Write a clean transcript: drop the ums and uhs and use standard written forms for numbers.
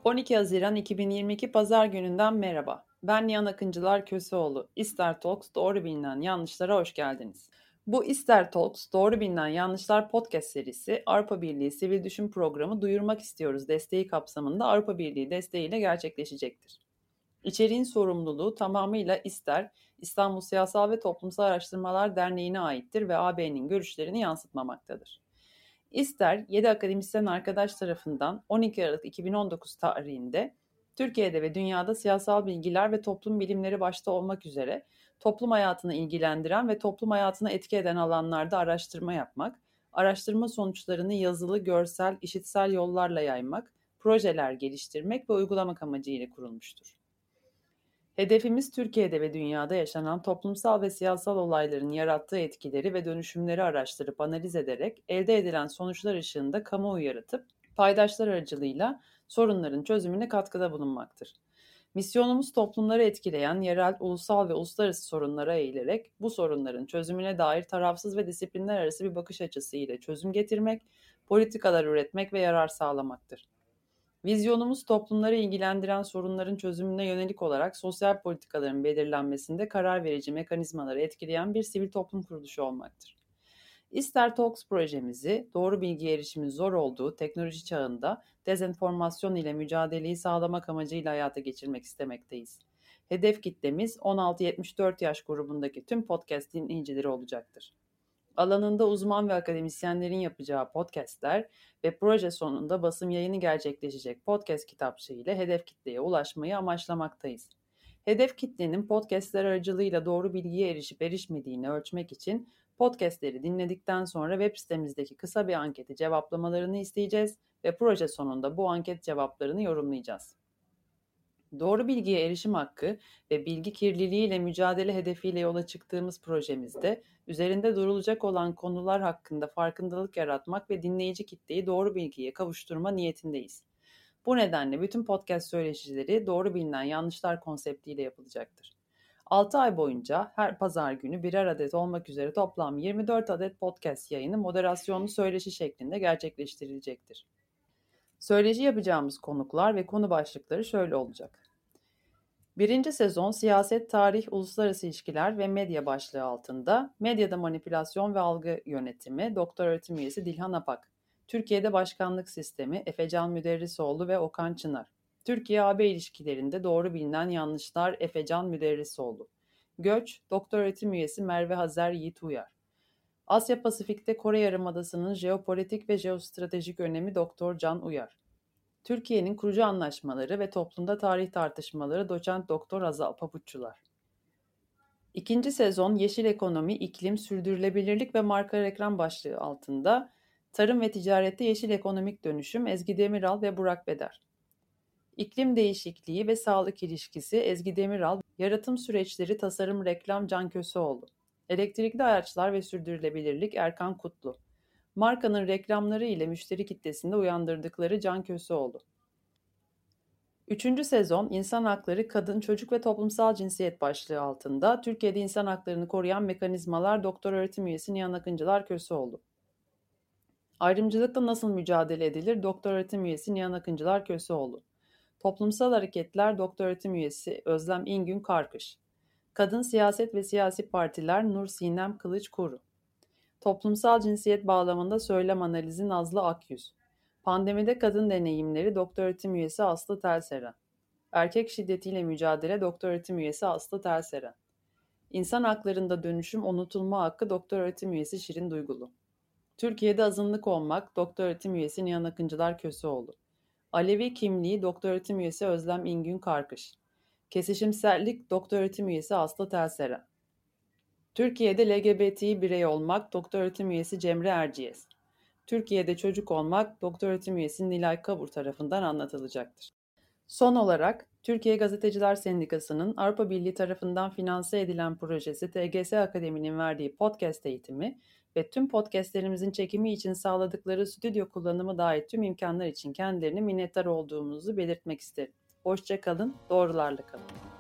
12 Haziran 2022 Pazar gününden merhaba. Ben Nihan Akıncılar Köseoğlu. İster Talks Doğru Bilinen Yanlışlara hoş geldiniz. Bu İster Talks Doğru Bilinen Yanlışlar podcast serisi Avrupa Birliği Sivil Düşün Programı Duyurmak İstiyoruz desteği kapsamında Avrupa Birliği desteğiyle gerçekleşecektir. İçeriğin sorumluluğu tamamıyla İstanbul Siyasal ve Toplumsal Araştırmalar Derneği'ne aittir ve AB'nin görüşlerini yansıtmamaktadır. İster 7 akademisyen arkadaş tarafından 12 Aralık 2019 tarihinde Türkiye'de ve dünyada siyasal bilgiler ve toplum bilimleri başta olmak üzere toplum hayatını ilgilendiren ve toplum hayatına etki eden alanlarda araştırma yapmak, araştırma sonuçlarını yazılı, görsel, işitsel yollarla yaymak, projeler geliştirmek ve uygulamak amacıyla kurulmuştur. Hedefimiz Türkiye'de ve dünyada yaşanan toplumsal ve siyasal olayların yarattığı etkileri ve dönüşümleri araştırıp analiz ederek elde edilen sonuçlar ışığında kamuoyu yaratıp paydaşlar aracılığıyla sorunların çözümüne katkıda bulunmaktır. Misyonumuz toplumları etkileyen yerel, ulusal ve uluslararası sorunlara eğilerek bu sorunların çözümüne dair tarafsız ve disiplinler arası bir bakış açısı ile çözüm getirmek, politikalar üretmek ve yarar sağlamaktır. Vizyonumuz toplumları ilgilendiren sorunların çözümüne yönelik olarak sosyal politikaların belirlenmesinde karar verici mekanizmaları etkileyen bir sivil toplum kuruluşu olmaktır. İster Talks projemizi doğru bilgiye erişimin zor olduğu teknoloji çağında dezenformasyon ile mücadeleyi sağlamak amacıyla hayata geçirmek istemekteyiz. Hedef kitlemiz 16-74 yaş grubundaki tüm podcast dinleyicileri olacaktır. Alanında uzman ve akademisyenlerin yapacağı podcastler ve proje sonunda basım yayını gerçekleşecek podcast kitapçığı ile hedef kitleye ulaşmayı amaçlamaktayız. Hedef kitlenin podcastler aracılığıyla doğru bilgiye erişip erişmediğini ölçmek için podcastleri dinledikten sonra web sitemizdeki kısa bir anketi cevaplamalarını isteyeceğiz ve proje sonunda bu anket cevaplarını yorumlayacağız. Doğru bilgiye erişim hakkı ve bilgi kirliliğiyle mücadele hedefiyle yola çıktığımız projemizde üzerinde durulacak olan konular hakkında farkındalık yaratmak ve dinleyici kitleyi doğru bilgiye kavuşturma niyetindeyiz. Bu nedenle bütün podcast söyleşileri doğru bilinen yanlışlar konseptiyle yapılacaktır. 6 ay boyunca her pazar günü birer adet olmak üzere toplam 24 adet podcast yayını moderasyonlu söyleşi şeklinde gerçekleştirilecektir. Söyleşi yapacağımız konuklar ve konu başlıkları şöyle olacak. 1. sezon siyaset, tarih, uluslararası ilişkiler ve medya başlığı altında medyada manipülasyon ve algı yönetimi doktor öğretim üyesi Dilhan Apak, Türkiye'de başkanlık sistemi Efecan Müderrisoğlu ve Okan Çınar, Türkiye-AB ilişkilerinde doğru bilinen yanlışlar Efecan Müderrisoğlu, Göç, doktor öğretim üyesi Merve Hazer Yiğit Uyar, Asya Pasifik'te Kore Yarımadası'nın jeopolitik ve jeostratejik önemi Doktor Can Uyar, Türkiye'nin kurucu anlaşmaları ve toplumda tarih tartışmaları Doçent Doktor Azal Papuççular. 2. sezon Yeşil Ekonomi, İklim, Sürdürülebilirlik ve Marka Reklam başlığı altında Tarım ve Ticarette Yeşil Ekonomik Dönüşüm Ezgi Demiral ve Burak Beder. İklim Değişikliği ve Sağlık İlişkisi Ezgi Demiral, Yaratım Süreçleri Tasarım Reklam Can Köseoğlu. Elektrikli Araçlar ve Sürdürülebilirlik Erkan Kutlu. Markanın reklamları ile müşteri kitlesinde uyandırdıkları Can Köseoğlu. 3. sezon İnsan Hakları, Kadın, Çocuk ve Toplumsal Cinsiyet başlığı altında Türkiye'de insan haklarını koruyan mekanizmalar Doktor öğretim üyesi Nihan Akıncılar Köseoğlu. Ayrımcılıkla nasıl mücadele edilir? Doktor öğretim üyesi Nihan Akıncılar Köseoğlu. Toplumsal hareketler Doktor öğretim üyesi Özlem İngün Karkış. Kadın siyaset ve siyasi partiler Nur Sinem Kılıç Kuru. Toplumsal cinsiyet bağlamında söylem analizi Nazlı Akyüz. Pandemide kadın deneyimleri Doktor öğretim üyesi Aslı Telseren. Erkek şiddetiyle mücadele Doktor öğretim üyesi Aslı Telseren. İnsan haklarında dönüşüm unutulma hakkı Doktor öğretim üyesi Şirin Duygulu. Türkiye'de azınlık olmak Doktor öğretim üyesi Nihan Akıncılar Köseoğlu. Alevi kimliği Doktor öğretim üyesi Özlem İngün Karkış. Kesişimsellik Doktor öğretim üyesi Aslı Telseren. Türkiye'de LGBTİ birey olmak Doktor öğretim üyesi Cemre Erciyes. Türkiye'de çocuk olmak Doktor öğretim üyesi Nilay Kabur tarafından anlatılacaktır. Son olarak Türkiye Gazeteciler Sendikası'nın Avrupa Birliği tarafından finanse edilen projesi TGS Akademi'nin verdiği podcast eğitimi ve tüm podcastlerimizin çekimi için sağladıkları stüdyo kullanımı dahil tüm imkanlar için kendilerine minnettar olduğumuzu belirtmek isterim. Hoşça kalın, doğrularla kalın.